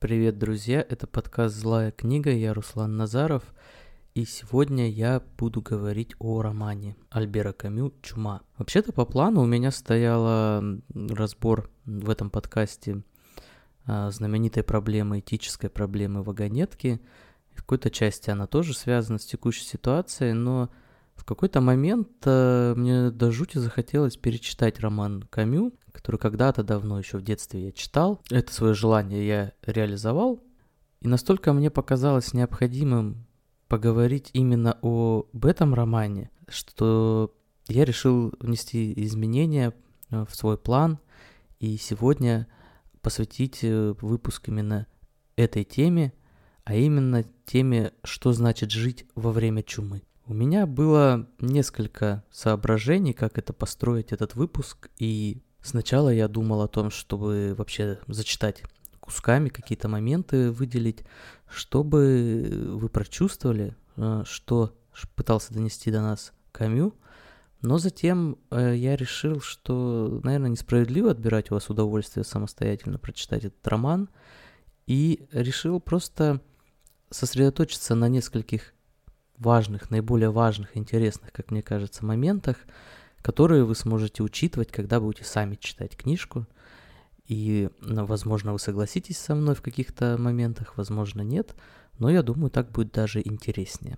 Привет, друзья! Это подкаст «Злая книга», я Руслан Назаров, и сегодня я буду говорить о романе Альбера Камю «Чума». Вообще-то по плану у меня стоял разбор в этом подкасте знаменитой проблемы, этической проблемы вагонетки. В какой-то части она тоже связана с текущей ситуацией, но в какой-то момент мне до жути захотелось перечитать роман Камю, который когда-то давно, еще в детстве я читал. Это свое желание я реализовал. И настолько мне показалось необходимым поговорить именно об этом романе, что я решил внести изменения в свой план и сегодня посвятить выпуск именно этой теме, а именно теме, что значит жить во время чумы. У меня было несколько соображений, как это построить, этот выпуск, и сначала я думал о том, чтобы вообще зачитать кусками какие-то моменты, выделить, чтобы вы прочувствовали, что пытался донести до нас Камю, но затем я решил, что, наверное, несправедливо отбирать у вас удовольствие самостоятельно прочитать этот роман, и решил просто сосредоточиться на нескольких важных, наиболее важных, интересных, как мне кажется, моментах, которые вы сможете учитывать, когда будете сами читать книжку. И, возможно, вы согласитесь со мной в каких-то моментах, возможно, нет, но я думаю, так будет даже интереснее.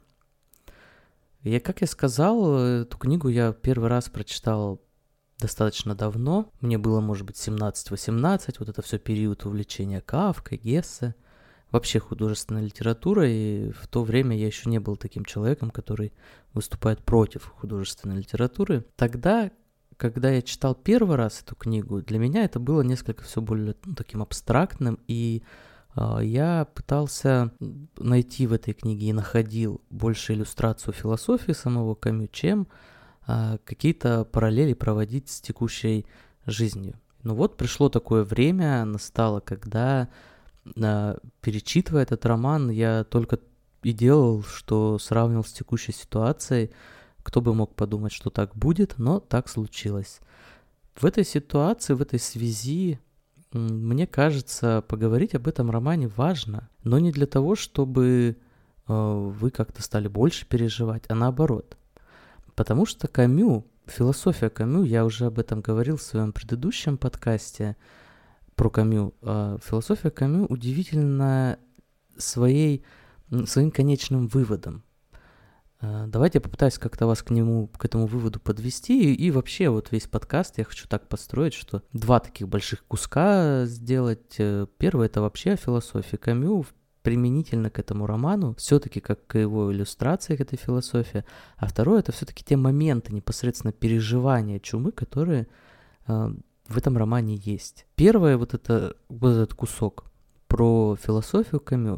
И, как я сказал, эту книгу я первый раз прочитал достаточно давно. Мне было, может быть, 17-18, вот это все период увлечения Кафкой, Гессе, вообще художественной литературой, и в то время я еще не был таким человеком, который выступает против художественной литературы. Тогда, когда я читал первый раз эту книгу, для меня это было несколько все более таким абстрактным, и я пытался найти в этой книге и находил больше иллюстрацию философии самого Камю, чем какие-то параллели проводить с текущей жизнью. Но вот пришло такое время, настало, когда перечитывая этот роман, я только и делал, что сравнивал с текущей ситуацией. Кто бы мог подумать, что так будет, но так случилось. В этой ситуации, в этой связи, мне кажется, поговорить об этом романе важно, но не для того, чтобы вы как-то стали больше переживать, а наоборот. Потому что Камю, философия Камю, я уже об этом говорил в своем предыдущем подкасте, про Камю. Философия Камю удивительна своим конечным выводом. Давайте я попытаюсь как-то вас к этому выводу подвести. И вообще вот весь подкаст я хочу так построить, что два таких больших куска сделать. Первый — это вообще о философии Камю, применительно к этому роману, все-таки как к его иллюстрации к этой философии. А второе — это все-таки те моменты непосредственно переживания чумы, которые в этом романе есть. Первое, вот этот кусок про философию Камю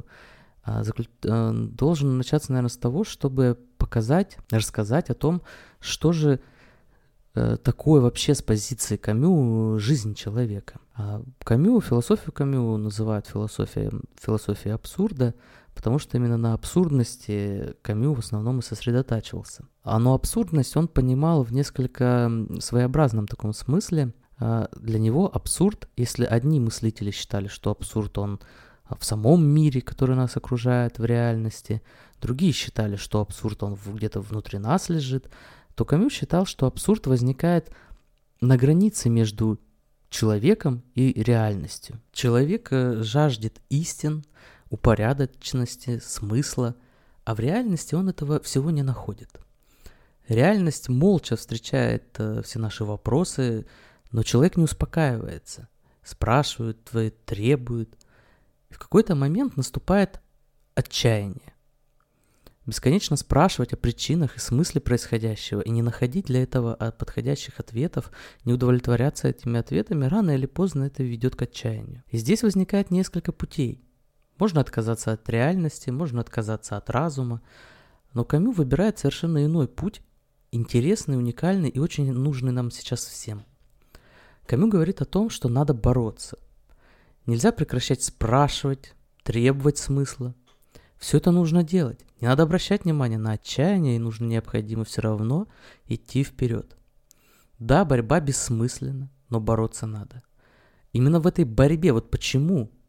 должен начаться, наверное, с того, чтобы рассказать о том, что же такое вообще с позиции Камю жизнь человека. Философию Камю называют философией абсурда, потому что именно на абсурдности Камю в основном и сосредотачивался. Но абсурдность он понимал в несколько своеобразном таком смысле. Для него абсурд, если одни мыслители считали, что абсурд он в самом мире, который нас окружает, в реальности, другие считали, что абсурд он где-то внутри нас лежит, то Камю считал, что абсурд возникает на границе между человеком и реальностью. Человек жаждет истин, упорядоченности, смысла, а в реальности он этого всего не находит. Реальность молча встречает все наши вопросы, но человек не успокаивается, спрашивает, требует. И в какой-то момент наступает отчаяние. Бесконечно спрашивать о причинах и смысле происходящего и не находить для этого подходящих ответов, не удовлетворяться этими ответами, рано или поздно это ведет к отчаянию. И здесь возникает несколько путей. Можно отказаться от реальности, можно отказаться от разума, но Камю выбирает совершенно иной путь, интересный, уникальный и очень нужный нам сейчас всем. Камю говорит о том, что надо бороться. Нельзя прекращать спрашивать, требовать смысла. Все это нужно делать. Не надо обращать внимание на отчаяние, и необходимо все равно идти вперед. Да, борьба бессмысленна, но бороться надо. Именно в этой борьбе, вот почему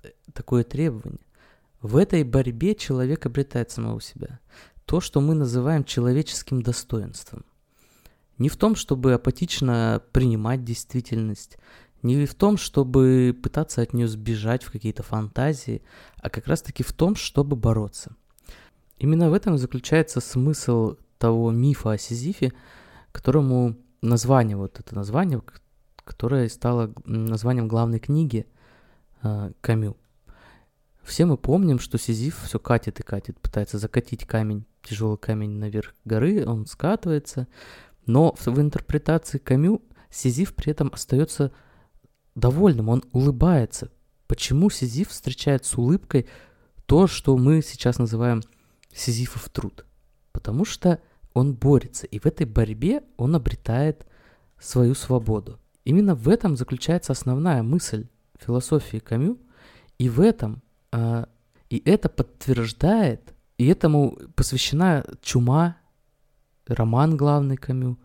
такое требование. В этой борьбе человек обретает самого себя. То, что мы называем человеческим достоинством. Не в том, чтобы апатично принимать действительность, не в том, чтобы пытаться от нее сбежать в какие-то фантазии, а как раз-таки в том, чтобы бороться. Именно в этом заключается смысл того мифа о Сизифе, которому название, вот это название, которое стало названием главной книги Камю. Все мы помним, что Сизиф все катит и катит, пытается закатить камень, тяжелый камень наверх горы, он скатывается, но в интерпретации Камю Сизиф при этом остается довольным, он улыбается. Почему Сизиф встречает с улыбкой то, что мы сейчас называем Сизифов труд? Потому что он борется, и в этой борьбе он обретает свою свободу. Именно в этом заключается основная мысль философии Камю, и в этом, и это подтверждает, и этому посвящена «Чума», роман главный Камю.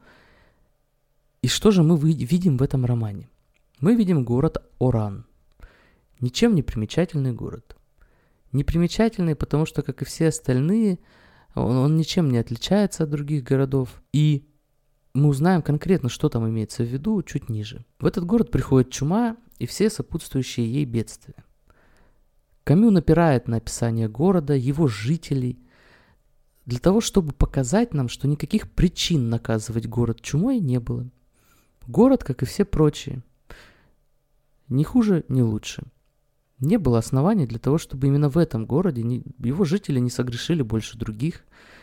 И что же мы видим в этом романе? Мы видим город Оран. Ничем не примечательный город. Непримечательный, потому что, как и все остальные, он ничем не отличается от других городов. И мы узнаем конкретно, что там имеется в виду, чуть ниже. В этот город приходит чума и все сопутствующие ей бедствия. Камю напирает на описание города, его жителей, для того, чтобы показать нам, что никаких причин наказывать город чумой не было. Город, как и все прочие, ни хуже, ни лучше. Не было оснований для того, чтобы именно в этом городе его жители не согрешили больше других.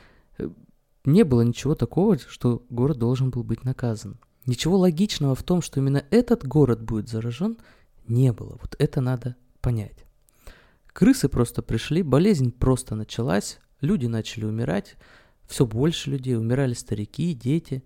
Не было ничего такого, что город должен был быть наказан. Ничего логичного в том, что именно этот город будет заражен, не было. Вот это надо понять. Крысы просто пришли, болезнь просто началась, люди начали умирать, все больше людей, умирали старики, дети.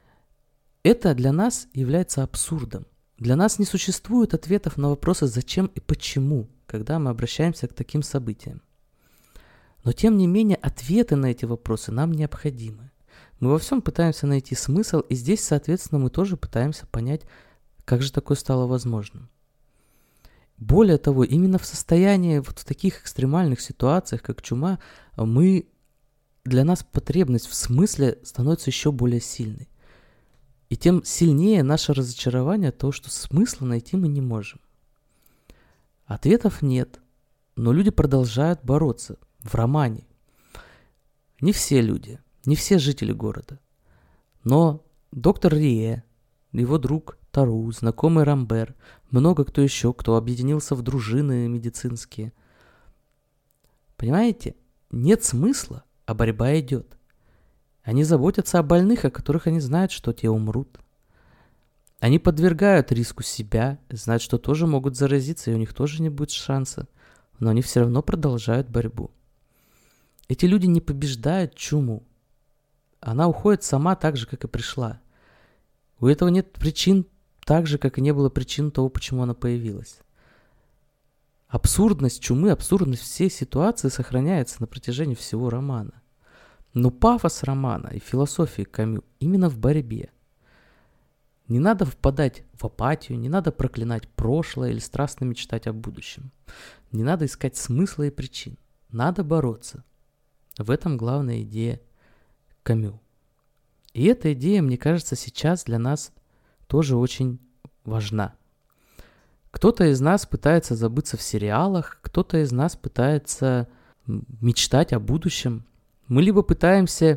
Это для нас является абсурдом. Для нас не существует ответов на вопросы «зачем» и «почему», когда мы обращаемся к таким событиям. Но тем не менее ответы на эти вопросы нам необходимы. Мы во всем пытаемся найти смысл, и здесь, соответственно, мы тоже пытаемся понять, как же такое стало возможным. Более того, именно в состоянии, вот в таких экстремальных ситуациях, как чума, для нас потребность в смысле становится еще более сильной. И тем сильнее наше разочарование от того, что смысла найти мы не можем. Ответов нет, но люди продолжают бороться в романе. Не все люди, не все жители города, но доктор Рие, его друг Тару, знакомый Рамбер, много кто еще, кто объединился в дружины медицинские. Понимаете, нет смысла, а борьба идет. Они заботятся о больных, о которых они знают, что те умрут. Они подвергают риску себя, знают, что тоже могут заразиться, и у них тоже не будет шанса. Но они все равно продолжают борьбу. Эти люди не побеждают чуму. Она уходит сама так же, как и пришла. У этого нет причин так же, как и не было причин того, почему она появилась. Абсурдность чумы, абсурдность всей ситуации сохраняется на протяжении всего романа. Но пафос романа и философии Камю именно в борьбе. Не надо впадать в апатию, не надо проклинать прошлое или страстно мечтать о будущем. Не надо искать смысла и причин. Надо бороться. В этом главная идея Камю. И эта идея, мне кажется, сейчас для нас тоже очень важна. Кто-то из нас пытается забыться в сериалах, кто-то из нас пытается мечтать о будущем. Мы либо пытаемся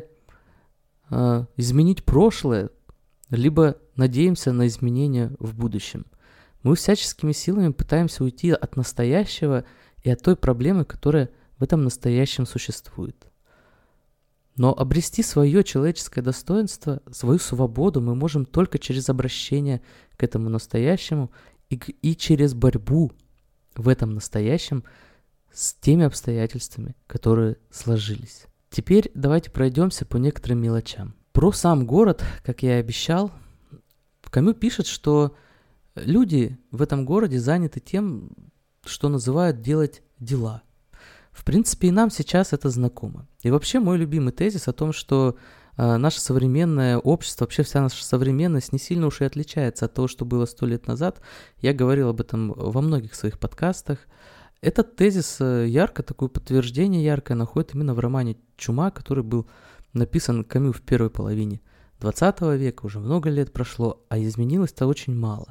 изменить прошлое, либо надеемся на изменения в будущем. Мы всяческими силами пытаемся уйти от настоящего и от той проблемы, которая в этом настоящем существует. Но обрести свое человеческое достоинство, свою свободу мы можем только через обращение к этому настоящему и через борьбу в этом настоящем с теми обстоятельствами, которые сложились. Теперь давайте пройдемся по некоторым мелочам. Про сам город, как я и обещал, Камю пишет, что люди в этом городе заняты тем, что называют делать дела. В принципе, и нам сейчас это знакомо. И вообще мой любимый тезис о том, что наше современное общество, вообще вся наша современность не сильно уж и отличается от того, что было 100 лет назад. Я говорил об этом во многих своих подкастах. Этот тезис ярко, такое подтверждение яркое находит именно в романе «Чума», который был написан Камю в первой половине 20 века, уже много лет прошло, а изменилось-то очень мало.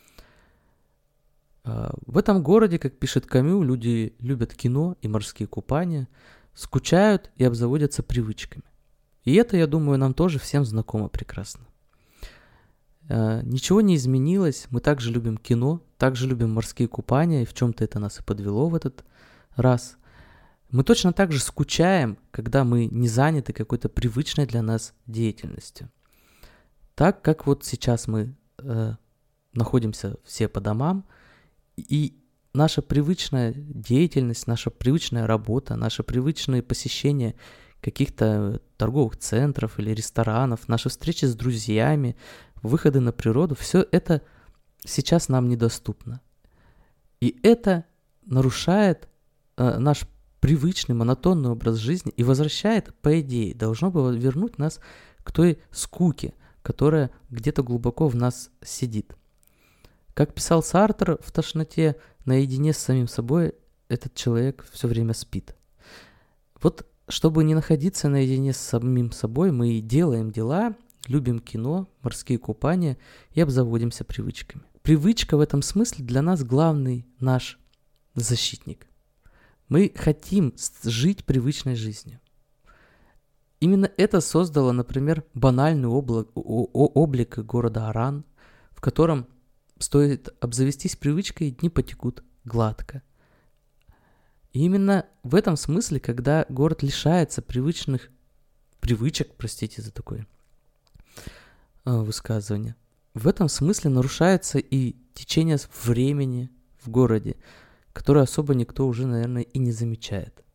В этом городе, как пишет Камю, люди любят кино и морские купания, скучают и обзаводятся привычками. И это, я думаю, нам тоже всем знакомо прекрасно. Ничего не изменилось, мы также любим кино, также любим морские купания, и в чем-то это нас и подвело в этот раз. Мы точно так же скучаем, когда мы не заняты какой-то привычной для нас деятельностью. Так как вот сейчас мы находимся все по домам, и наша привычная деятельность, наша привычная работа, наши привычные посещения каких-то торговых центров или ресторанов, наши встречи с друзьями, выходы на природу, все это сейчас нам недоступно. И это нарушает наш привычный монотонный образ жизни и возвращает, по идее, должно было вернуть нас к той скуке, которая где-то глубоко в нас сидит. Как писал Сартр, в тошноте наедине с самим собой этот человек все время спит. Вот чтобы не находиться наедине с самим собой, мы и делаем дела, любим кино, морские купания и обзаводимся привычками. Привычка в этом смысле для нас главный наш защитник. Мы хотим жить привычной жизнью. Именно это создало, например, банальный облик города Оран, в котором стоит обзавестись привычкой, и дни потекут гладко. И именно в этом смысле, когда город лишается привычек, простите за такое высказывание, в этом смысле нарушается и течение времени в городе, которое особо никто уже, наверное, и не замечает.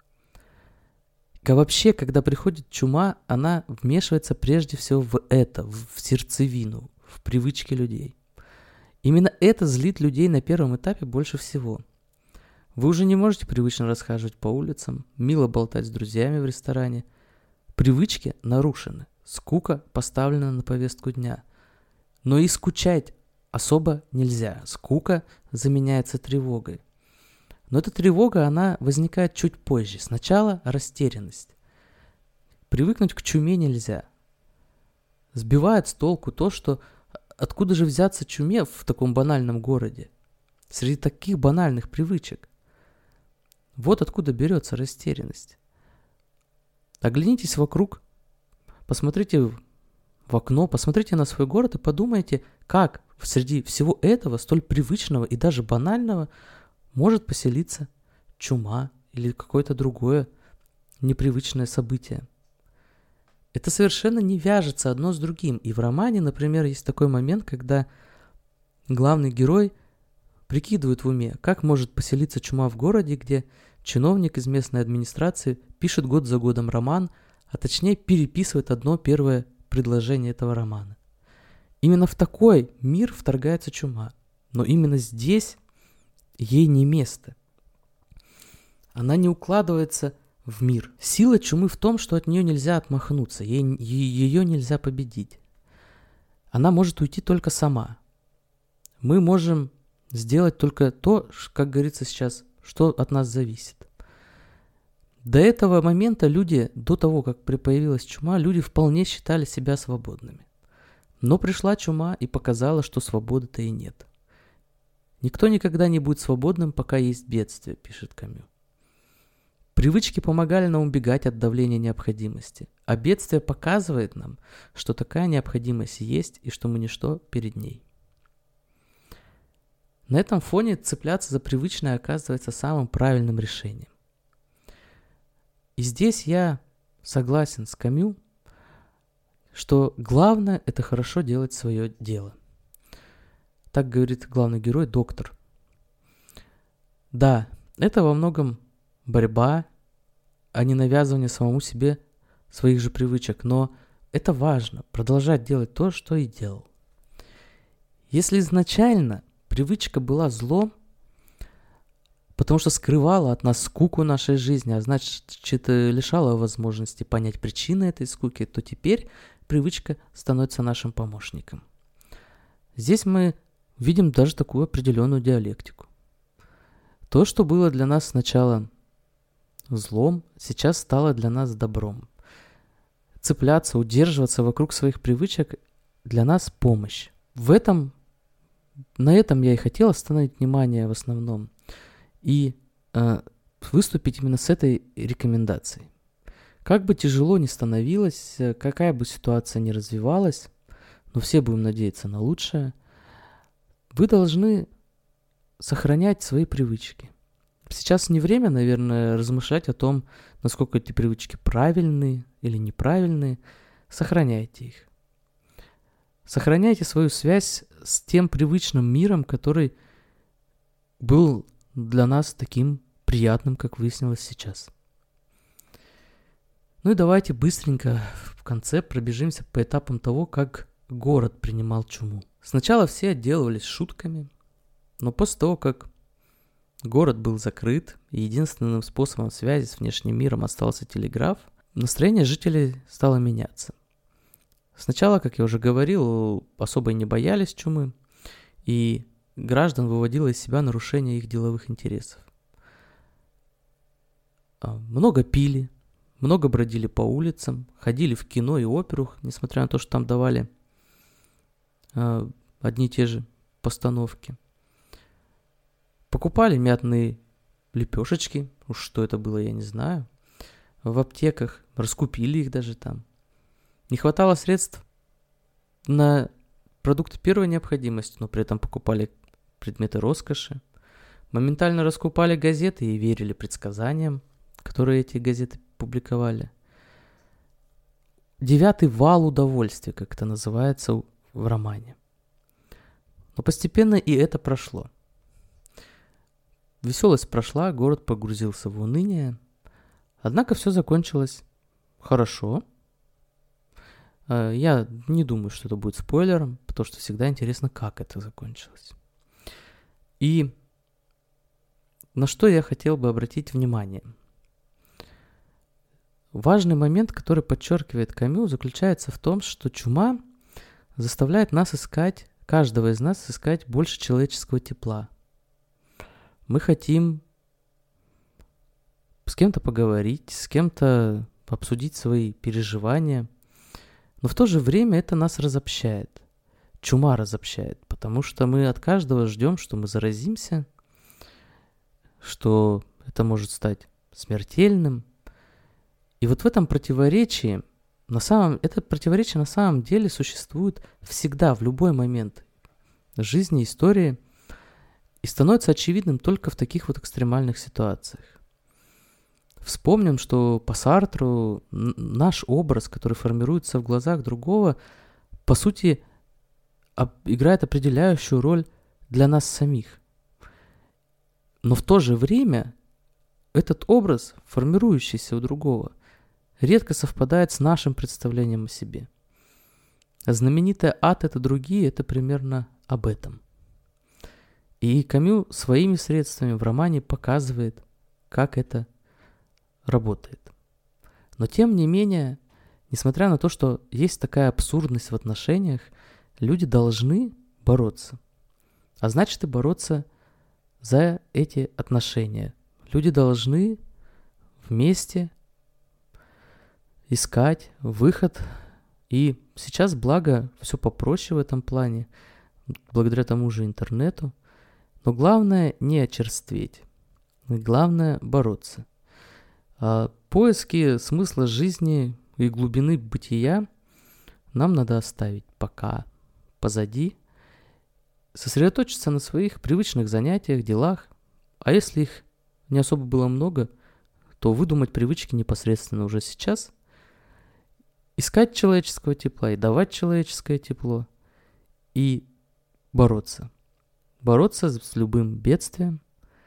А вообще, когда приходит чума, она вмешивается прежде всего в это, в сердцевину, в привычки людей. Именно это злит людей на первом этапе больше всего. Вы уже не можете привычно расхаживать по улицам, мило болтать с друзьями в ресторане. Привычки нарушены, скука поставлена на повестку дня. Но и скучать особо нельзя. Скука заменяется тревогой. Но эта тревога, она возникает чуть позже. Сначала растерянность. Привыкнуть к чуме нельзя. Сбивает с толку то, что откуда же взяться чуме в таком банальном городе? Среди таких банальных привычек. Вот откуда берется растерянность. Оглянитесь вокруг, посмотрите в окно, посмотрите на свой город и подумайте, как среди всего этого, столь привычного и даже банального, может поселиться чума или какое-то другое непривычное событие. Это совершенно не вяжется одно с другим. И в романе, например, есть такой момент, когда главный герой прикидывает в уме, как может поселиться чума в городе, где чиновник из местной администрации пишет год за годом роман, а точнее переписывает одно первое предложение этого романа. Именно в такой мир вторгается чума. Но именно здесь ей не место. Она не укладывается в мир. Сила чумы в том, что от нее нельзя отмахнуться, ее нельзя победить. Она может уйти только сама. Мы можем сделать только то, как говорится сейчас, что от нас зависит. До этого момента люди, до того, как появилась чума, люди вполне считали себя свободными. Но пришла чума и показала, что свободы-то и нет. Никто никогда не будет свободным, пока есть бедствие, пишет Камю. Привычки помогали нам убегать от давления необходимости, а бедствие показывает нам, что такая необходимость есть и что мы ничто перед ней. На этом фоне цепляться за привычное оказывается самым правильным решением. И здесь я согласен с Камю, что главное – это хорошо делать свое дело. Так говорит главный герой, доктор. Да, это во многом борьба, а не навязывание самому себе своих же привычек, но это важно – продолжать делать то, что и делал. Если изначально привычка была злом, потому что скрывала от нас скуку нашей жизни, а значит, лишала возможности понять причины этой скуки, то теперь привычка становится нашим помощником. Здесь мы видим даже такую определенную диалектику. То, что было для нас сначала злом, сейчас стало для нас добром. Цепляться, удерживаться вокруг своих привычек для нас помощь. На этом я и хотел остановить внимание в основном и выступить именно с этой рекомендацией. Как бы тяжело ни становилось, какая бы ситуация ни развивалась, но все будем надеяться на лучшее, вы должны сохранять свои привычки. Сейчас не время, наверное, размышлять о том, насколько эти привычки правильные или неправильные. Сохраняйте их. Сохраняйте свою связь с тем привычным миром, который был для нас таким приятным, как выяснилось сейчас. Ну и давайте быстренько в конце пробежимся по этапам того, как город принимал чуму. Сначала все отделывались шутками, но после того, как город был закрыт, и единственным способом связи с внешним миром остался телеграф, настроение жителей стало меняться. Сначала, как я уже говорил, особо и не боялись чумы, и граждан выводило из себя нарушение их деловых интересов. Много пили, много бродили по улицам, ходили в кино и оперу, несмотря на то, что там давали одни и те же постановки. Покупали мятные лепешечки, уж что это было, я не знаю, в аптеках, раскупили их даже там. Не хватало средств на продукты первой необходимости, но при этом покупали предметы роскоши. Моментально раскупали газеты и верили предсказаниям, которые эти газеты публиковали. 9-й вал удовольствия, как это называется в романе. Но постепенно и это прошло. Веселость прошла, город погрузился в уныние. Однако все закончилось хорошо. Я не думаю, что это будет спойлером, потому что всегда интересно, как это закончилось. И на что я хотел бы обратить внимание. Важный момент, который подчеркивает Камю, заключается в том, что чума заставляет нас искать, каждого из нас искать больше человеческого тепла. Мы хотим с кем-то поговорить, с кем-то обсудить свои переживания, но в то же время это нас разобщает. Чума разобщает, потому что мы от каждого ждем, что мы заразимся, что это может стать смертельным. И вот в этом противоречии, это противоречие на самом деле существует всегда, в любой момент жизни, истории, и становится очевидным только в таких вот экстремальных ситуациях. Вспомним, что по Сартру наш образ, который формируется в глазах другого, по сути, играет определяющую роль для нас самих. Но в то же время этот образ, формирующийся у другого, редко совпадает с нашим представлением о себе. А знаменитое «ад» — это другие, это примерно об этом. И Камю своими средствами в романе показывает, как это работает. Но тем не менее, несмотря на то, что есть такая абсурдность в отношениях, люди должны бороться. А значит и бороться за эти отношения. Люди должны вместе искать выход. И сейчас, благо, все попроще в этом плане, благодаря тому же интернету. Но главное не очерстветь. Главное бороться. Поиски смысла жизни и глубины бытия нам надо оставить пока позади. Сосредоточиться на своих привычных занятиях, делах. А если их не особо было много, то выдумать привычки непосредственно уже сейчас. Искать человеческого тепла и давать человеческое тепло. И бороться. Бороться с любым бедствием,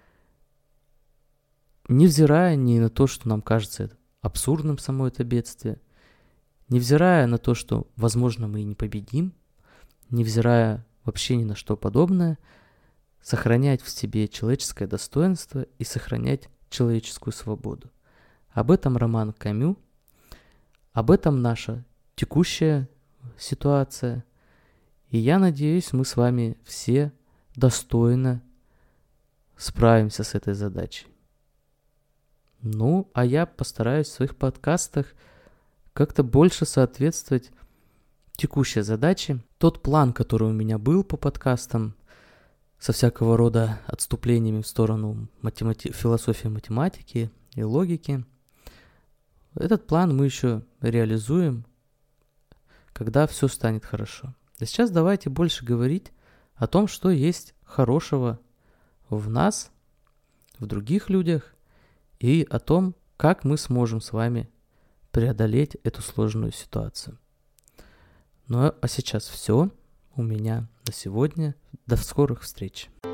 невзирая ни на то, что нам кажется абсурдным само это бедствие, невзирая на то, что, возможно, мы и не победим, невзирая вообще ни на что подобное, сохранять в себе человеческое достоинство и сохранять человеческую свободу. Об этом роман Камю, об этом наша текущая ситуация, и я надеюсь, мы с вами все достойно справимся с этой задачей. Ну, а я постараюсь в своих подкастах как-то больше соответствовать текущей задаче. Тот план, который у меня был по подкастам, со всякого рода отступлениями в сторону философии математики и логики, этот план мы еще реализуем, когда все станет хорошо. А сейчас давайте больше говорить о том, что есть хорошего в нас, в других людях, и о том, как мы сможем с вами преодолеть эту сложную ситуацию. Ну а сейчас все у меня на сегодня. До скорых встреч!